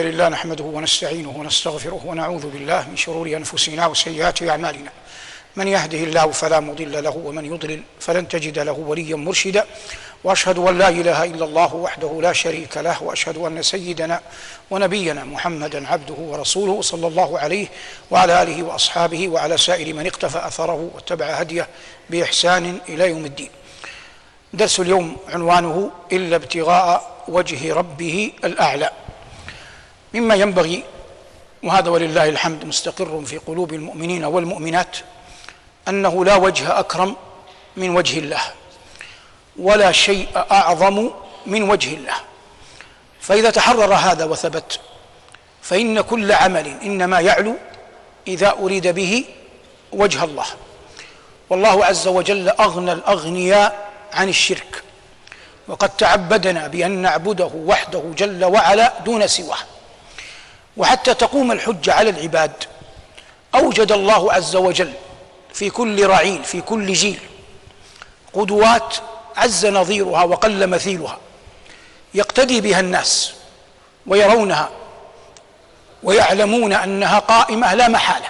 لله نحمده ونستعينه ونستغفره ونعوذ بالله من شرور أنفسنا وسيئات أعمالنا. من يهده الله فلا مضل له ومن يضلل فلن تجد له وليا مرشدا، وأشهد أن لا إله إلا الله وحده لا شريك له، وأشهد أن سيدنا ونبينا محمدا عبده ورسوله صلى الله عليه وعلى آله وأصحابه وعلى سائر من اقتفى أثره واتبع هديه بإحسان إلى يوم الدين. درس اليوم عنوانه إلا ابتغاء وجه ربه الأعلى. مما ينبغي، وهذا ولله الحمد مستقر في قلوب المؤمنين والمؤمنات، أنه لا وجه أكرم من وجه الله، ولا شيء أعظم من وجه الله. فإذا تحرر هذا وثبت، فإن كل عمل إنما يعلو إذا أريد به وجه الله. والله عز وجل أغنى الأغنياء عن الشرك، وقد تعبدنا بأن نعبده وحده جل وعلا دون سواه. وحتى تقوم الحجة على العباد أوجد الله عز وجل في كل رعيل في كل جيل قدوات عز نظيرها وقل مثيلها، يقتدي بها الناس ويرونها ويعلمون أنها قائمة لا محالة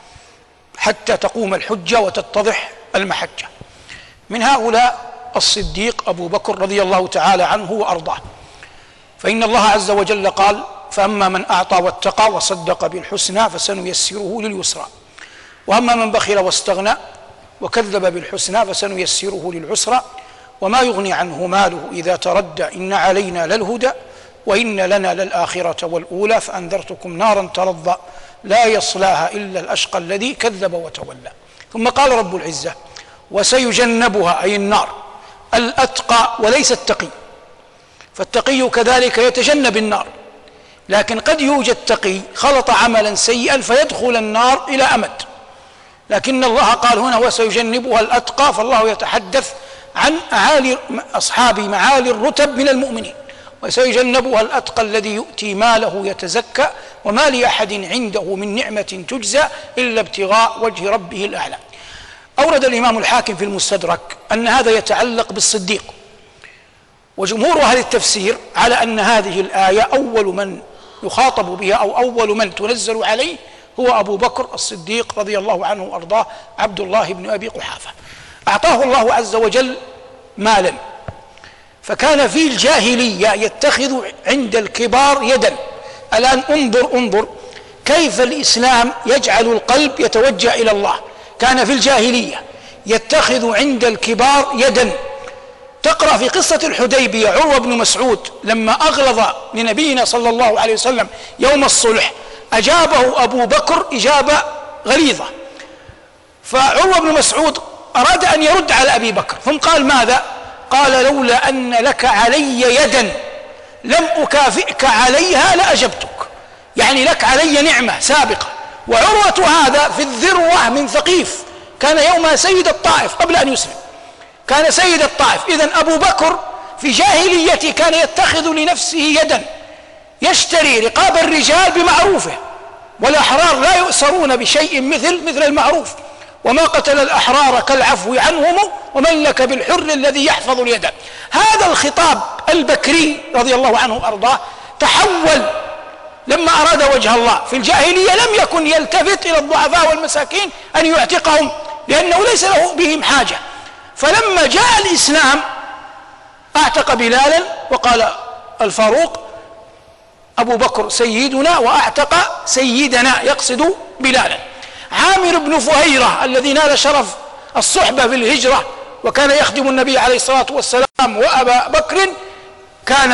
حتى تقوم الحجة وتتضح المحجة. من هؤلاء الصديق أبو بكر رضي الله تعالى عنه وأرضاه، فإن الله عز وجل قال: فأما من أعطى واتقى وصدق بالحسنى فسنيسره لليسرى، وأما من بخل واستغنى وكذب بالحسنى فسنيسره للعسرى، وما يغني عنه ماله إذا تردى، إن علينا للهدى وإن لنا للآخرة والأولى، فأنذرتكم نارا تلظى لا يصلاها إلا الأشقى الذي كذب وتولى. ثم قال رب العزة: وسيجنبها، أي النار، الأتقى وليس التقي. فالتقي كذلك يتجنب النار، لكن قد يوجد تقي خلط عملا سيئا فيدخل النار إلى أمد، لكن الله قال هنا: وسيجنبها الأتقى، فالله يتحدث عن أصحاب معالي الرتب من المؤمنين. وسيجنبها الأتقى الذي يؤتي ماله يتزكى وما لأحد عنده من نعمة تجزى إلا ابتغاء وجه ربه الأعلى. أورد الإمام الحاكم في المستدرك أن هذا يتعلق بالصديق، وجمهور أهل التفسير على أن هذه الآية أول من يخاطب بها أو أول من تنزل عليه هو أبو بكر الصديق رضي الله عنه وأرضاه، عبد الله بن أبي قحافة. أعطاه الله عز وجل مالا، فكان في الجاهلية يتخذ عند الكبار يدا. الآن انظر كيف الإسلام يجعل القلب يتوجه إلى الله. كان في الجاهلية يتخذ عند الكبار يدا. تقرأ في قصة الحديبية عروة بن مسعود لما أغلظ لنبينا صلى الله عليه وسلم يوم الصلح، أجابه أبو بكر إجابة غليظة، فعروة بن مسعود أراد أن يرد على أبي بكر، ثم قال ماذا؟ قال: لولا أن لك علي يدا لم أكافئك عليها لأجبتك. يعني لك علي نعمة سابقة. وعروة هذا في الذروة من ثقيف، كان يومها سيد الطائف قبل أن يسلم، كان سيد الطائف. إذن أبو بكر في جاهليته كان يتخذ لنفسه يدا يشتري رقاب الرجال بمعروفه، والأحرار لا يؤسرون بشيء مثل المعروف. وما قتل الأحرار كالعفو عنهم ومن لك بالحر الذي يحفظ اليد. هذا الخطاب البكري رضي الله عنه وأرضاه تحول لما أراد وجه الله. في الجاهلية لم يكن يلتفت إلى الضعفاء والمساكين أن يعتقهم، لأنه ليس له بهم حاجة. فلما جاء الإسلام أعتق بلالا، وقال الفاروق: أبو بكر سيدنا وأعتق سيدنا، يقصد بلالا. عامر بن فهيرة الذي نال شرف الصحبة في الهجرة وكان يخدم النبي عليه الصلاة والسلام وأبا بكر، كان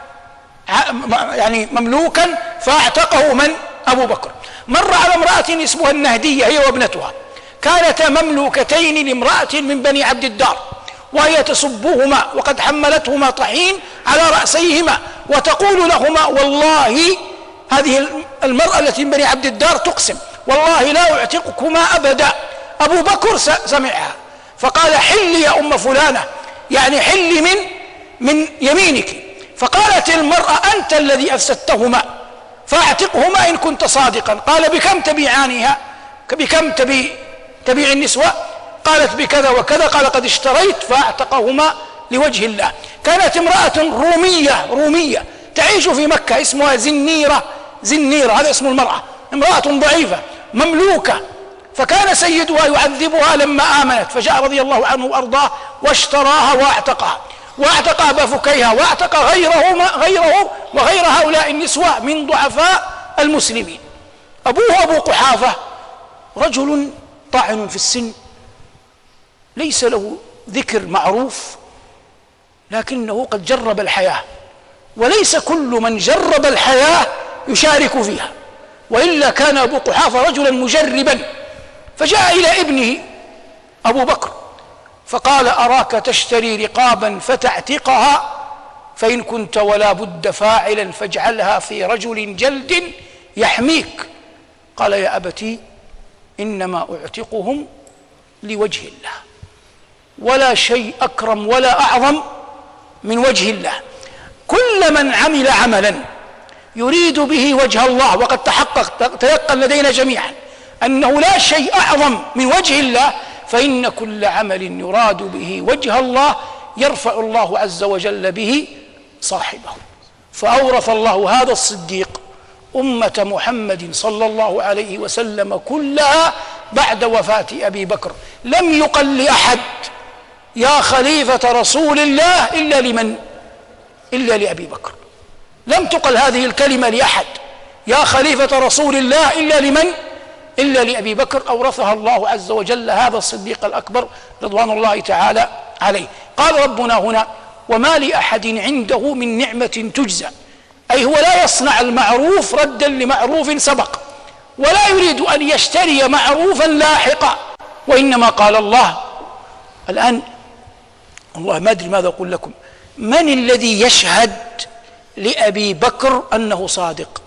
يعني مملوكا فاعتقه من؟ أبو بكر. مر على امرأة اسمها النهدية هي وابنتها، كانتا مملوكتين لامرأة من بني عبد الدار، وهي تسبهما وقد حملتهما طحين على رأسيهما وتقول لهما: والله، هذه المرأة التي من بني عبد الدار تقسم: والله لا أعتقكما أبدا. أبو بكر سمعها فقال: حلي يا أم فلانة، يعني حلي من يمينك. فقالت المرأة: أنت الذي أفسدتهما فاعتقهما إن كنت صادقا. قال: بكم تبيعانها؟ بكم تبيع النسوة؟ قالت: بكذا وكذا. قال: قد اشتريت. فاعتقهما لوجه الله. كانت امرأة رومية تعيش في مكة اسمها زنيرة زنيرة، هذا اسم المرأة، امرأة ضعيفة مملوكة، فكان سيدها يعذبها لما آمنت، فجاء رضي الله عنه وأرضاه واشتراها واعتقها بفكيها، واعتق غيره وغير هؤلاء النسوة من ضعفاء المسلمين. أبوه أبو قحافة رجل طاعن في السن، ليس له ذكر معروف، لكنه قد جرب الحياة، وليس كل من جرب الحياة يشارك فيها، وإلا كان أبو قحافة رجلا مجربا. فجاء إلى ابنه أبو بكر فقال: أراك تشتري رقابا فتعتقها، فإن كنت ولا بد فاعلا فاجعلها في رجل جلد يحميك. قال: يا أبتي إنما أعتقهم لوجه الله، ولا شيء أكرم ولا أعظم من وجه الله. كل من عمل عملا يريد به وجه الله، وقد تيقن لدينا جميعا أنه لا شيء أعظم من وجه الله، فإن كل عمل يراد به وجه الله يرفع الله عز وجل به صاحبه. فأورث الله هذا الصديق أمة محمد صلى الله عليه وسلم كلها بعد وفاة أبي بكر. لم يقل لأحد يا خليفة رسول الله إلا لمن؟ إلا لأبي بكر. لم تقل هذه الكلمة لأحد يا خليفة رسول الله إلا لمن؟ إلا لأبي بكر. أورثها الله عز وجل هذا الصديق الأكبر رضوان الله تعالى عليه. قال ربنا هنا: وما لأحد عنده من نعمة تجزى، أي هو لا يصنع المعروف ردا لمعروف سبق، ولا يريد أن يشتري معروفا لاحقا، وإنما قال الله الآن، والله ما أدري ماذا أقول لكم، من الذي يشهد لأبي بكر أنه صادق؟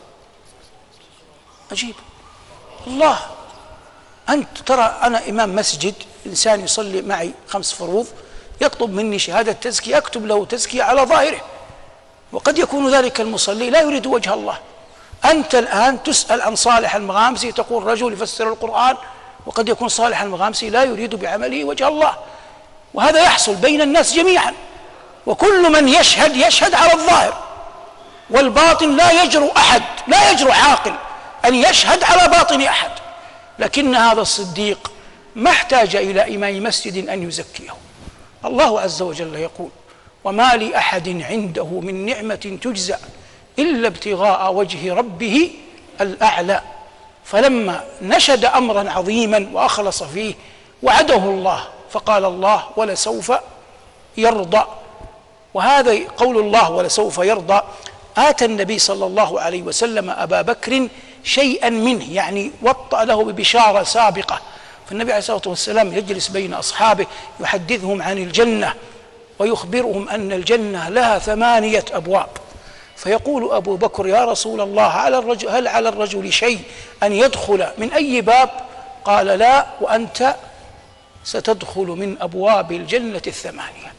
عجيب، الله. أنت ترى أنا إمام مسجد، إنسان يصلي معي 5 فروض يطلب مني شهادة تزكية، أكتب له تزكية على ظاهره، وقد يكون ذلك المصلي لا يريد وجه الله. أنت الآن تسأل عن صالح المغامسي، تقول رجل يفسر القرآن، وقد يكون صالح المغامسي لا يريد بعمله وجه الله، وهذا يحصل بين الناس جميعا. وكل من يشهد على الظاهر، والباطن لا يجرؤ أحد، لا يجرؤ عاقل أن يشهد على باطن أحد. لكن هذا الصديق ما احتاج إلى إمام مسجد أن يزكيه. الله عز وجل يقول: وما لأحد عنده من نعمة تجزى إلا ابتغاء وجه ربه الأعلى. فلما نشد أمرا عظيما وأخلص فيه وعده الله، فقال الله: ولسوف يرضى. وهذا قول الله ولسوف يرضى آتى النبي صلى الله عليه وسلم أبا بكر شيئا منه، يعني وطأ له ببشارة سابقة. فالنبي عليه الصلاة والسلام يجلس بين أصحابه يحدثهم عن الجنة ويخبرهم أن الجنة لها 8 أبواب، فيقول أبو بكر: يا رسول الله، هل على الرجل شيء أن يدخل من أي باب؟ قال: لا، وأنت ستدخل من أبواب الجنة 8.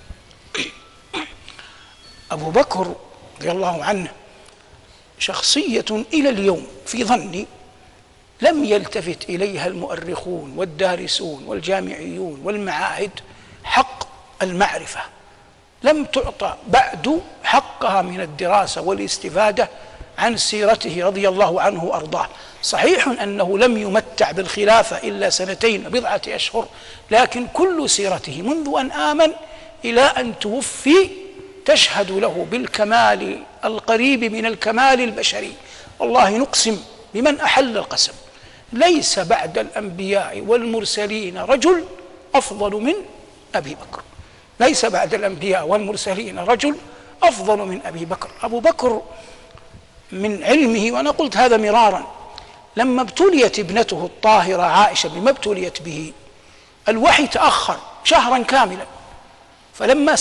أبو بكر رضي الله عنه شخصية إلى اليوم في ظني لم يلتفت إليها المؤرخون والدارسون والجامعيون والمعاهد حق المعرفة، لم تعطى بعد حقها من الدراسة والاستفادة عن سيرته رضي الله عنه وأرضاه. صحيح أنه لم يمتع بالخلافة إلا 2 وبضعة أشهر، لكن كل سيرته منذ أن آمن إلى أن توفي تشهد له بالكمال القريب من الكمال البشري. والله نقسم بمن أحل القسم: ليس بعد الأنبياء والمرسلين رجل أفضل من أبي بكر، ليس بعد الأنبياء والمرسلين رجل أفضل من أبي بكر. أبو بكر من علمه، وأنا قلت هذا مرارا، لما ابتليت ابنته الطاهرة عائشة بما ابتليت به، الوحي تأخر شهرا كاملا، فلما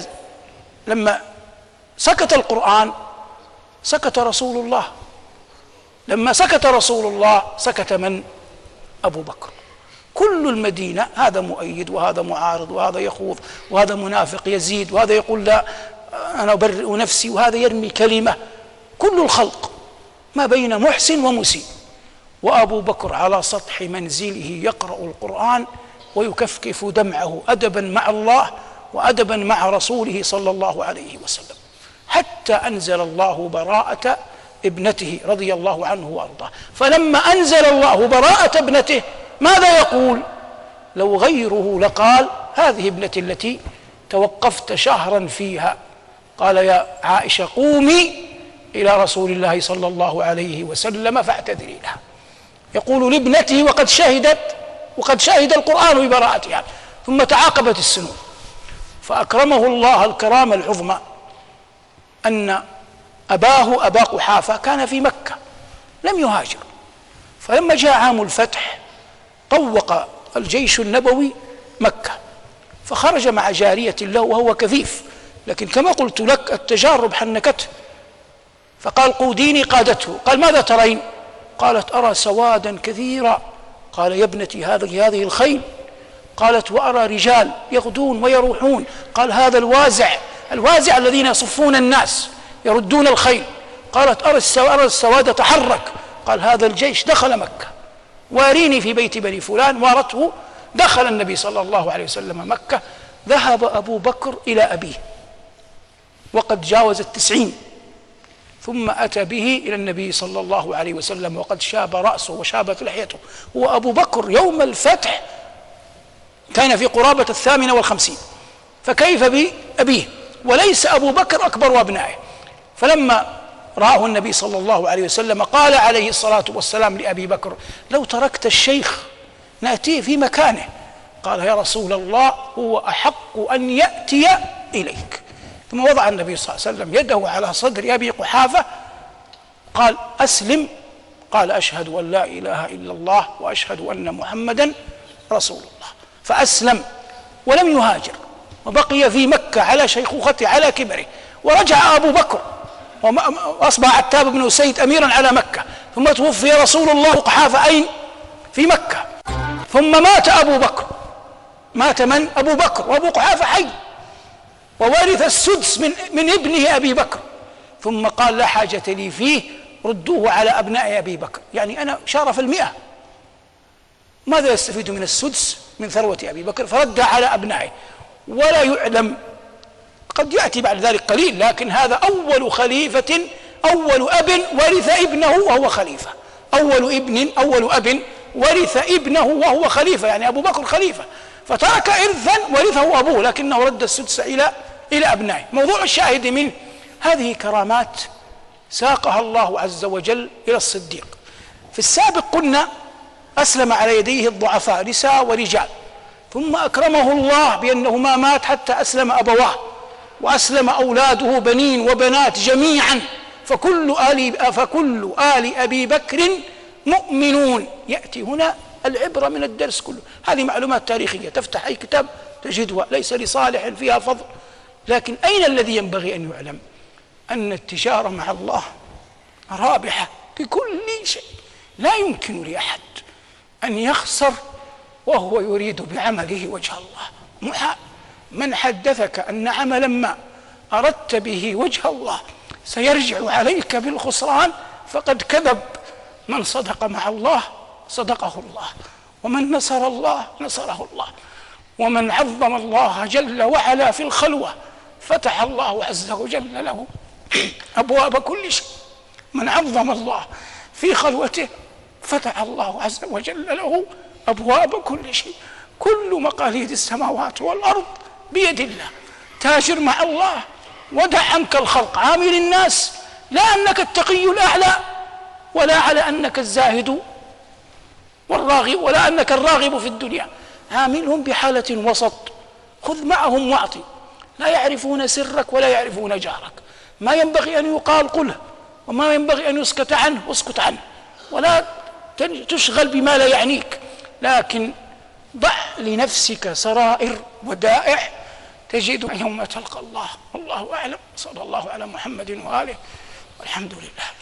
سكت القرآن سكت رسول الله، لما سكت رسول الله سكت من؟ أبو بكر. كل المدينة هذا مؤيد وهذا معارض وهذا يخوض وهذا منافق يزيد وهذا يقول لا أنا أبرئ نفسي وهذا يرمي كلمة، كل الخلق ما بين محسن ومسيء، وأبو بكر على سطح منزله يقرأ القرآن ويكفكف دمعه أدبا مع الله وأدبا مع رسوله صلى الله عليه وسلم، حتى أنزل الله براءة ابنته رضي الله عنه وأرضاه. فلما أنزل الله براءة ابنته ماذا يقول؟ لو غيره لقال هذه ابنتي التي توقفت شهرا فيها. قال يا عائشة قومي إلى رسول الله صلى الله عليه وسلم فاعتذري لها. يقول لابنته وقد شهد القرآن ببراءتها. ثم تعاقبت السنون، فأكرمه الله الكرامة العظمى أن أباه أبا قحافة كان في مكة لم يهاجر، فلما جاء عام الفتح طوق الجيش النبوي مكة، فخرج مع جارية له وهو كفيف، لكن كما قلت لك التجارب حنكته، فقال قوديني، قادته. قال ماذا ترين؟ قالت أرى سوادا كثيرا. قال يا ابنتي هذه الخيل. قالت وأرى رجال يغدون ويروحون. قال هذا الوازع الذين يصفون الناس يردون الخيل. قالت أرى السواد تحرك. قال هذا الجيش دخل مكة، واريني في بيت بني فلان. وارته، دخل النبي صلى الله عليه وسلم مكة. ذهب أبو بكر إلى أبيه وقد جاوز 90، ثم أتى به إلى النبي صلى الله عليه وسلم وقد شاب رأسه وشابت لحيته. هو أبو بكر يوم الفتح كان في قرابة 58، فكيف بأبيه؟ وليس أبو بكر أكبر أبنائه. فلما رآه النبي صلى الله عليه وسلم قال عليه الصلاة والسلام لأبي بكر لو تركت الشيخ نأتيه في مكانه. قال يا رسول الله هو أحق أن يأتي إليك. ثم وضع النبي صلى الله عليه وسلم يده على صدر أبي قحافة، قال أسلم. قال أشهد أن لا إله إلا الله وأشهد أن محمدا رسول الله. فأسلم ولم يهاجر، وبقي في مكة على شيخوخته على كبره. ورجع أبو بكر وأصبح عتاب بن أسيد أميرا على مكة. ثم توفي رسول الله قحافة أين؟ في مكة. ثم مات أبو بكر. مات من؟ أبو بكر، وأبو قحافة حي، وورث السدس من ابنه أبي بكر. ثم قال لا حاجة لي فيه، ردوه على أبناء أبي بكر. يعني أنا شارف 100، ماذا يستفيد من السدس من ثروة أبي بكر؟ فرد على أبنائه. ولا يعلم، قد يأتي بعد ذلك قليل، لكن هذا أول خليفة، أول أب ورث ابنه وهو خليفة. أول أب ورث ابنه وهو خليفة، يعني أبو بكر خليفة، فترك إرثا ورثه أبوه لكنه رد السدس إلى أبنائه. موضوع الشاهد منه هذه كرامات ساقها الله عز وجل إلى الصديق. في السابق قلنا أسلم على يديه الضعفاء نساء ورجال، ثم أكرمه الله بأنه ما مات حتى أسلم أبواه، وأسلم أولاده بنين وبنات جميعا، فكل آل أبي بكر مؤمنون. يأتي هنا العبرة من الدرس كله. هذه معلومات تاريخية، تفتح أي كتاب تجدها، ليس لصالح فيها فضل، لكن أين الذي ينبغي أن يعلم؟ أن التجارة مع الله رابحة بكل شيء. لا يمكن لأحد أن يخسر وهو يريد بعمله وجه الله، محال. من حدثك أن عملا ما أردت به وجه الله سيرجع عليك بالخسران فقد كذب. من صدق مع الله صدقه الله، ومن نصر الله نصره الله، ومن عظم الله جل وعلا في الخلوة فتح الله عز وجل له أبواب كل شيء. من عظم الله في خلوته فتح الله عز وجل له أبواب كل شيء. كل مقاليد السماوات والأرض بيد الله. تاجر مع الله، ودع عنك الخلق، عامل الناس لا أنك التقي الأعلى، ولا على أنك الزاهد والراغب، ولا أنك الراغب في الدنيا. عاملهم بحالة وسط، خذ معهم واعطي. لا يعرفون سرك ولا يعرفون جارك. ما ينبغي أن يقال قله، وما ينبغي أن يسكت عنه اسكت عنه، ولا تشغل بما لا يعنيك، لكن ضع لنفسك سرائر ودائع تجد يوم تلقى الله. والله أعلم. صلى الله على محمد وآله، والحمد لله.